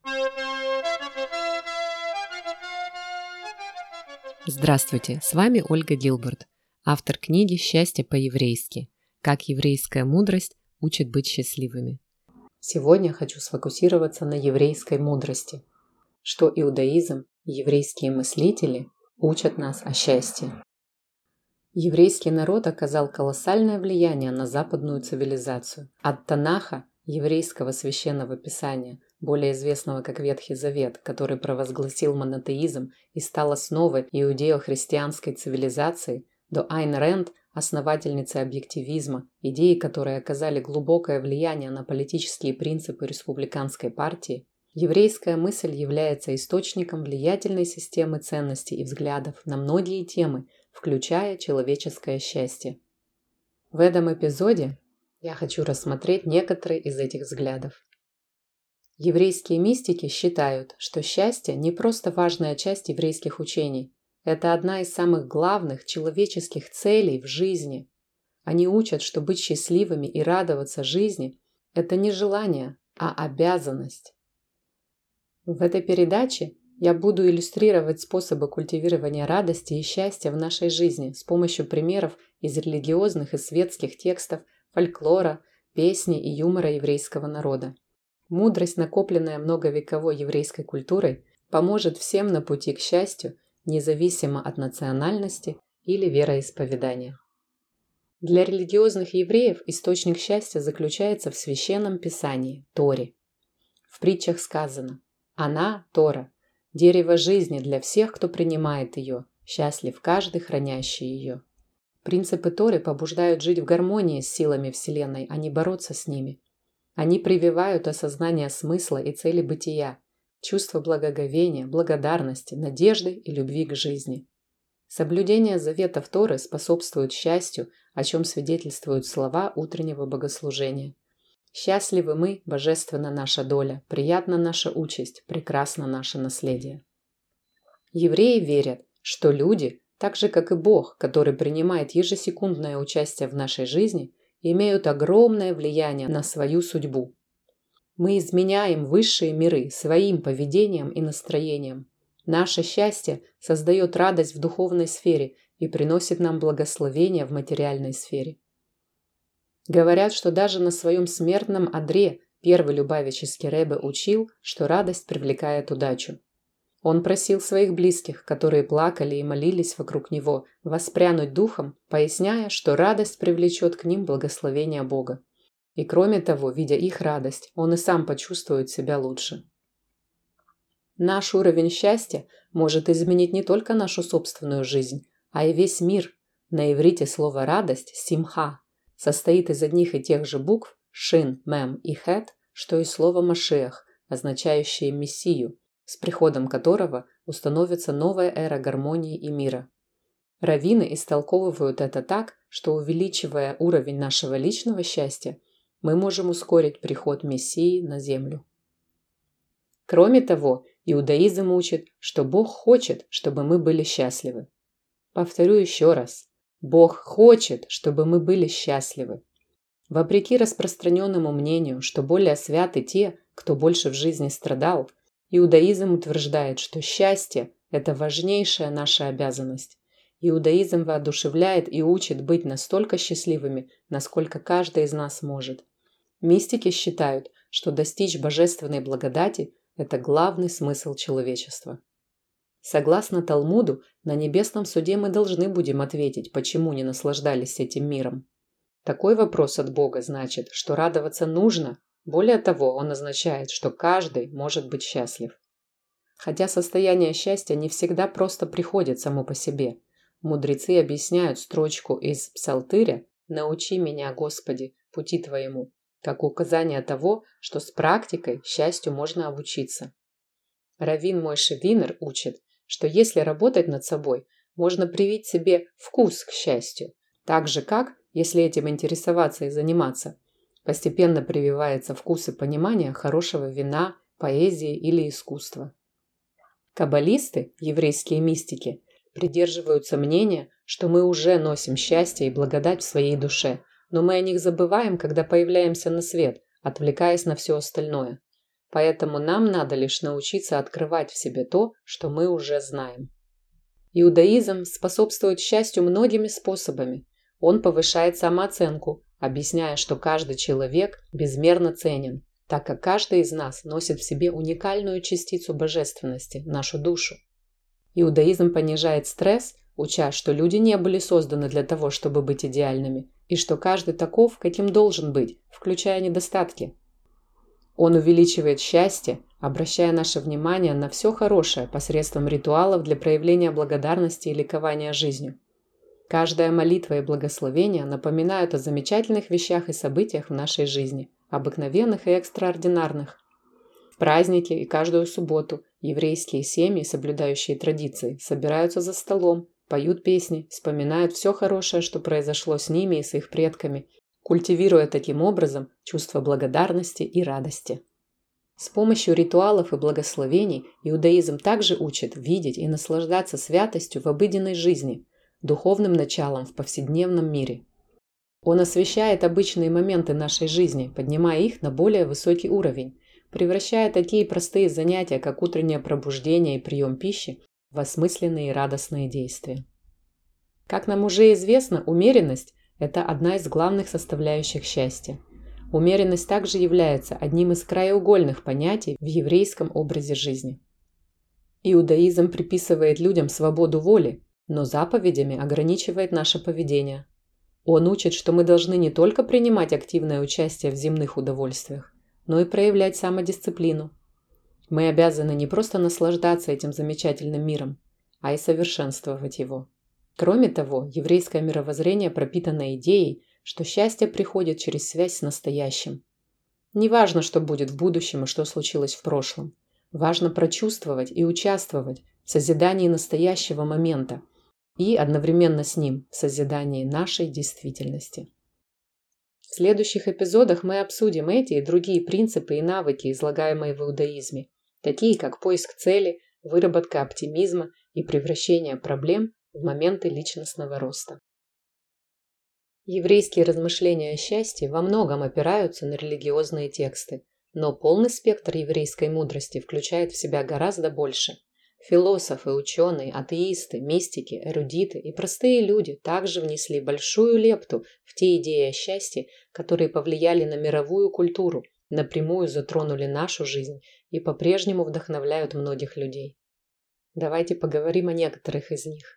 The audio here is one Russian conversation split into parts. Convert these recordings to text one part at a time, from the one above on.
Здравствуйте, с вами Ольга Гилберт, автор книги «Счастье по-еврейски. Как еврейская мудрость учит быть счастливыми». Сегодня хочу сфокусироваться на еврейской мудрости, что иудаизм и еврейские мыслители учат нас о счастье. Еврейский народ оказал колоссальное влияние на западную цивилизацию. От Танаха, еврейского священного писания, более известного как Ветхий Завет, который провозгласил монотеизм и стал основой иудео-христианской цивилизации, до Айн Рэнд, основательницы объективизма, идеи которой оказали глубокое влияние на политические принципы республиканской партии, еврейская мысль является источником влиятельной системы ценностей и взглядов на многие темы, включая человеческое счастье. В этом эпизоде я хочу рассмотреть некоторые из этих взглядов. Еврейские мистики считают, что счастье не просто важная часть еврейских учений, это одна из самых главных человеческих целей в жизни. Они учат, что быть счастливыми и радоваться жизни – это не желание, а обязанность. В этой передаче я буду иллюстрировать способы культивирования радости и счастья в нашей жизни с помощью примеров из религиозных и светских текстов, фольклора, песни и юмора еврейского народа. Мудрость, накопленная многовековой еврейской культурой, поможет всем на пути к счастью, независимо от национальности или вероисповедания. Для религиозных евреев источник счастья заключается в священном писании, Торе. В притчах сказано: «Она, Тора, дерево жизни для всех, кто принимает ее, счастлив каждый, хранящий ее». Принципы Торы побуждают жить в гармонии с силами Вселенной, а не бороться с ними. Они прививают осознание смысла и цели бытия, чувство благоговения, благодарности, надежды и любви к жизни. Соблюдение заветов Торы способствует счастью, о чем свидетельствуют слова утреннего богослужения. «Счастливы мы, божественна наша доля, приятна наша участь, прекрасно наше наследие». Евреи верят, что люди, так же как и Бог, который принимает ежесекундное участие в нашей жизни, имеют огромное влияние на свою судьбу. Мы изменяем высшие миры своим поведением и настроением. Наше счастье создает радость в духовной сфере и приносит нам благословение в материальной сфере. Говорят, что даже на своем смертном одре первый любавический ребе учил, что радость привлекает удачу. Он просил своих близких, которые плакали и молились вокруг него, воспрянуть духом, поясняя, что радость привлечет к ним благословение Бога. И кроме того, видя их радость, он и сам почувствует себя лучше. Наш уровень счастья может изменить не только нашу собственную жизнь, а и весь мир. На иврите слово «радость» – «симха» состоит из одних и тех же букв «шин», «мем» и «хет», что и слово «машиах», означающее «мессию», с приходом которого установится новая эра гармонии и мира. Раввины истолковывают это так, что, увеличивая уровень нашего личного счастья, мы можем ускорить приход Мессии на землю. Кроме того, иудаизм учит, что Бог хочет, чтобы мы были счастливы. Повторю еще раз. Бог хочет, чтобы мы были счастливы. Вопреки распространенному мнению, что более святы те, кто больше в жизни страдал, иудаизм утверждает, что счастье – это важнейшая наша обязанность. Иудаизм воодушевляет и учит быть настолько счастливыми, насколько каждый из нас может. Мистики считают, что достичь божественной благодати – это главный смысл человечества. Согласно Талмуду, на небесном суде мы должны будем ответить, почему не наслаждались этим миром. Такой вопрос от Бога значит, что радоваться нужно. Более того, он означает, что каждый может быть счастлив. Хотя состояние счастья не всегда просто приходит само по себе. Мудрецы объясняют строчку из Псалтыря «Научи меня, Господи, пути Твоему», как указание того, что с практикой счастью можно обучиться. Раввин Мойше Винер учит, что если работать над собой, можно привить себе вкус к счастью, так же как, если этим интересоваться и заниматься, постепенно прививается вкус и понимание хорошего вина, поэзии или искусства. Каббалисты, еврейские мистики, придерживаются мнения, что мы уже носим счастье и благодать в своей душе, но мы о них забываем, когда появляемся на свет, отвлекаясь на все остальное. поэтому нам надо лишь научиться открывать в себе то, что мы уже знаем. Иудаизм способствует счастью многими способами. Он повышает самооценку, объясняя, что каждый человек безмерно ценен, так как каждый из нас носит в себе уникальную частицу божественности, нашу душу. Иудаизм понижает стресс, уча, что люди не были созданы для того, чтобы быть идеальными, и что каждый таков, каким должен быть, включая недостатки. Он увеличивает счастье, обращая наше внимание на все хорошее посредством ритуалов для проявления благодарности и ликования жизнью. Каждая молитва и благословение напоминают о замечательных вещах и событиях в нашей жизни, обыкновенных и экстраординарных. В праздники и каждую субботу еврейские семьи, соблюдающие традиции, собираются за столом, поют песни, вспоминают все хорошее, что произошло с ними и с их предками, культивируя таким образом чувство благодарности и радости. С помощью ритуалов и благословений иудаизм также учит видеть и наслаждаться святостью в обыденной жизни, духовным началом в повседневном мире. Он освещает обычные моменты нашей жизни, поднимая их на более высокий уровень, превращая такие простые занятия, как утреннее пробуждение и прием пищи, в осмысленные и радостные действия. Как нам уже известно, умеренность – это одна из главных составляющих счастья. Умеренность также является одним из краеугольных понятий в еврейском образе жизни. Иудаизм приписывает людям свободу воли, но заповедями ограничивает наше поведение. Он учит, что мы должны не только принимать активное участие в земных удовольствиях, но и проявлять самодисциплину. Мы обязаны не просто наслаждаться этим замечательным миром, а и совершенствовать его. Кроме того, еврейское мировоззрение пропитано идеей, что счастье приходит через связь с настоящим. Не важно, что будет в будущем и что случилось в прошлом. Важно прочувствовать и участвовать в созидании настоящего момента и одновременно с ним в созидании нашей действительности. В следующих эпизодах мы обсудим эти и другие принципы и навыки, излагаемые в иудаизме, такие как поиск цели, выработка оптимизма и превращение проблем в моменты личностного роста. Еврейские размышления о счастье во многом опираются на религиозные тексты, но полный спектр еврейской мудрости включает в себя гораздо больше. Философы, ученые, атеисты, мистики, эрудиты и простые люди также внесли большую лепту в те идеи о счастье, которые повлияли на мировую культуру, напрямую затронули нашу жизнь и по-прежнему вдохновляют многих людей. Давайте поговорим о некоторых из них.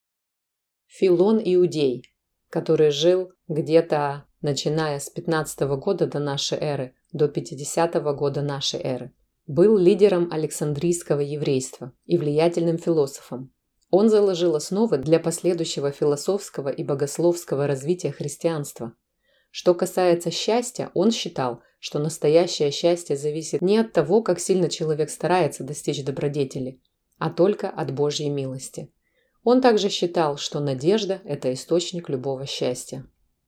Филон Иудей, который жил где-то начиная с 15 года до нашей эры до 50 года нашей эры, был лидером Александрийского еврейства и влиятельным философом. Он заложил основы для последующего философского и богословского развития христианства. Что касается счастья, он считал, что настоящее счастье зависит не от того, как сильно человек старается достичь добродетели, а только от Божьей милости. Он также считал, что надежда – это источник любого счастья.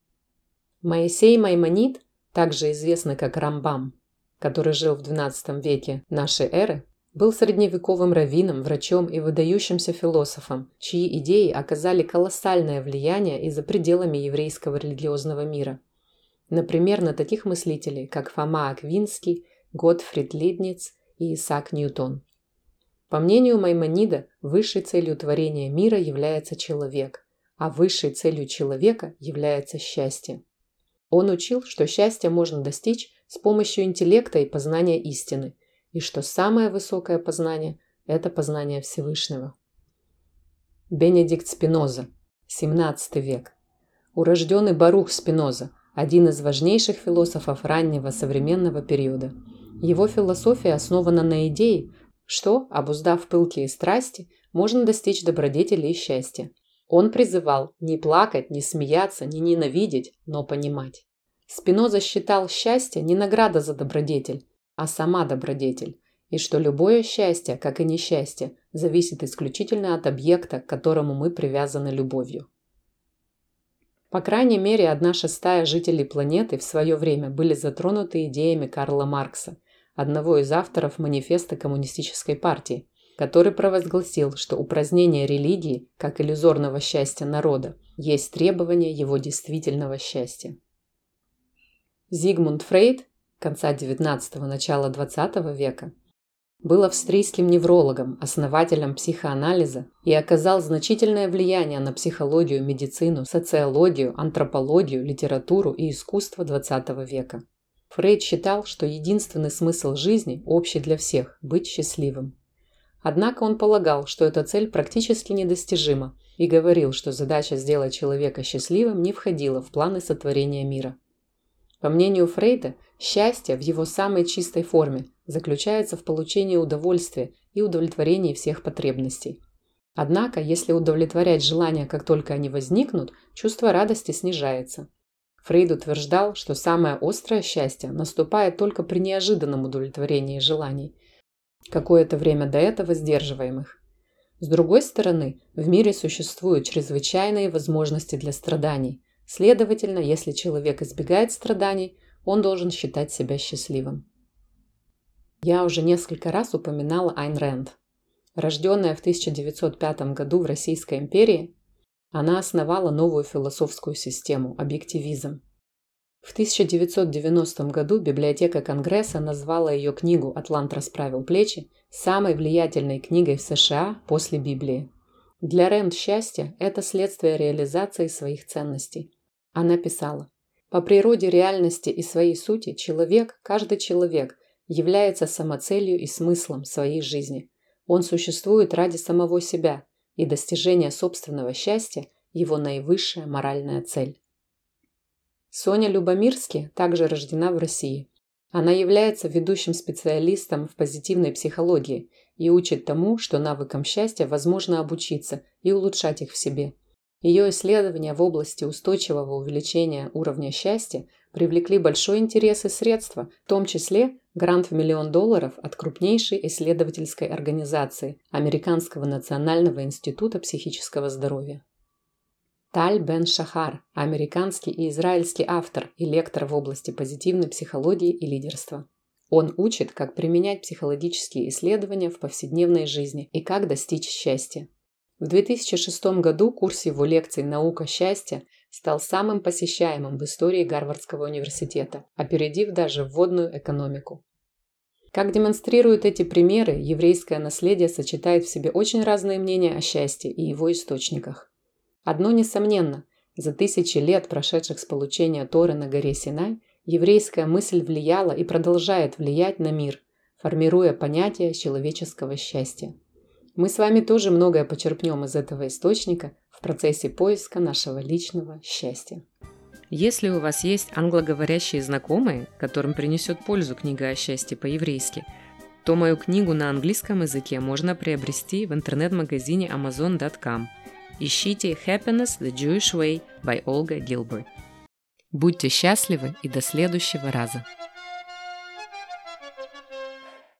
Моисей Маймонид, также известный как Рамбам, который жил в XII веке нашей эры, был средневековым раввином, врачом и выдающимся философом, чьи идеи оказали колоссальное влияние и за пределами еврейского религиозного мира. Например, на таких мыслителей, как Фома Аквинский, Готфрид Лейбниц и Исаак Ньютон. По мнению Маймонида, высшей целью творения мира является человек, а высшей целью человека является счастье. Он учил, что счастье можно достичь с помощью интеллекта и познания истины, и что самое высокое познание – это познание Всевышнего. Бенедикт Спиноза, 17 век. Урожденный Барух Спиноза, один из важнейших философов раннего современного периода. Его философия основана на идее, что, обуздав пылкие страсти, можно достичь добродетели и счастья. Он призывал не плакать, не смеяться, не ненавидеть, но понимать. Спиноза считал счастье не награда за добродетель, а сама добродетель, и что любое счастье, как и несчастье, зависит исключительно от объекта, к которому мы привязаны любовью. По крайней мере, 1/6 жителей планеты в свое время были затронуты идеями Карла Маркса, одного из авторов манифеста Коммунистической партии, который провозгласил, что упразднение религии, как иллюзорного счастья народа, есть требование его действительного счастья. Зигмунд Фрейд, конца XIX – начала XX века, был австрийским неврологом, основателем психоанализа и оказал значительное влияние на психологию, медицину, социологию, антропологию, литературу и искусство XX века. Фрейд считал, что единственный смысл жизни, общий для всех – быть счастливым. Однако он полагал, что эта цель практически недостижима, и говорил, что задача сделать человека счастливым не входила в планы сотворения мира. По мнению Фрейда, счастье в его самой чистой форме заключается в получении удовольствия и удовлетворении всех потребностей. Однако, если удовлетворять желания, как только они возникнут, чувство радости снижается. Фрейд утверждал, что самое острое счастье наступает только при неожиданном удовлетворении желаний, какое-то время до этого сдерживаемых. С другой стороны, в мире существуют чрезвычайные возможности для страданий. Следовательно, если человек избегает страданий, он должен считать себя счастливым. Я уже несколько раз упоминала Айн Рэнд. Рожденная в 1905 году в Российской империи, она основала новую философскую систему – объективизм. В 1990 году библиотека Конгресса назвала ее книгу «Атлант расправил плечи» самой влиятельной книгой в США после Библии. Для Рэнд счастье – это следствие реализации своих ценностей. Она писала: «По природе реальности и своей сути человек, каждый человек, является самоцелью и смыслом своей жизни. Он существует ради самого себя, и достижение собственного счастья – его наивысшая моральная цель». Соня Любомирски также рождена в России. Она является ведущим специалистом в позитивной психологии и учит тому, что навыкам счастья возможно обучиться и улучшать их в себе. Ее исследования в области устойчивого увеличения уровня счастья привлекли большой интерес и средства, в том числе грант в $1 миллион от крупнейшей исследовательской организации Американского национального института психического здоровья. Таль Бен-Шахар – американский и израильский автор и лектор в области позитивной психологии и лидерства. Он учит, как применять психологические исследования в повседневной жизни и как достичь счастья. В 2006 году курс его лекций «Наука счастья» стал самым посещаемым в истории Гарвардского университета, опередив даже вводную экономику. Как демонстрируют эти примеры, еврейское наследие сочетает в себе очень разные мнения о счастье и его источниках. Одно несомненно, за тысячи лет, прошедших с получения Торы на горе Синай, еврейская мысль влияла и продолжает влиять на мир, формируя понятие человеческого счастья. Мы с вами тоже многое почерпнем из этого источника в процессе поиска нашего личного счастья. Если у вас есть англоговорящие знакомые, которым принесет пользу книга о счастье по-еврейски, то мою книгу на английском языке можно приобрести в интернет-магазине amazon.com. Ищите «Happiness the Jewish Way» by Ольга Гилберт. Будьте счастливы и до следующего раза!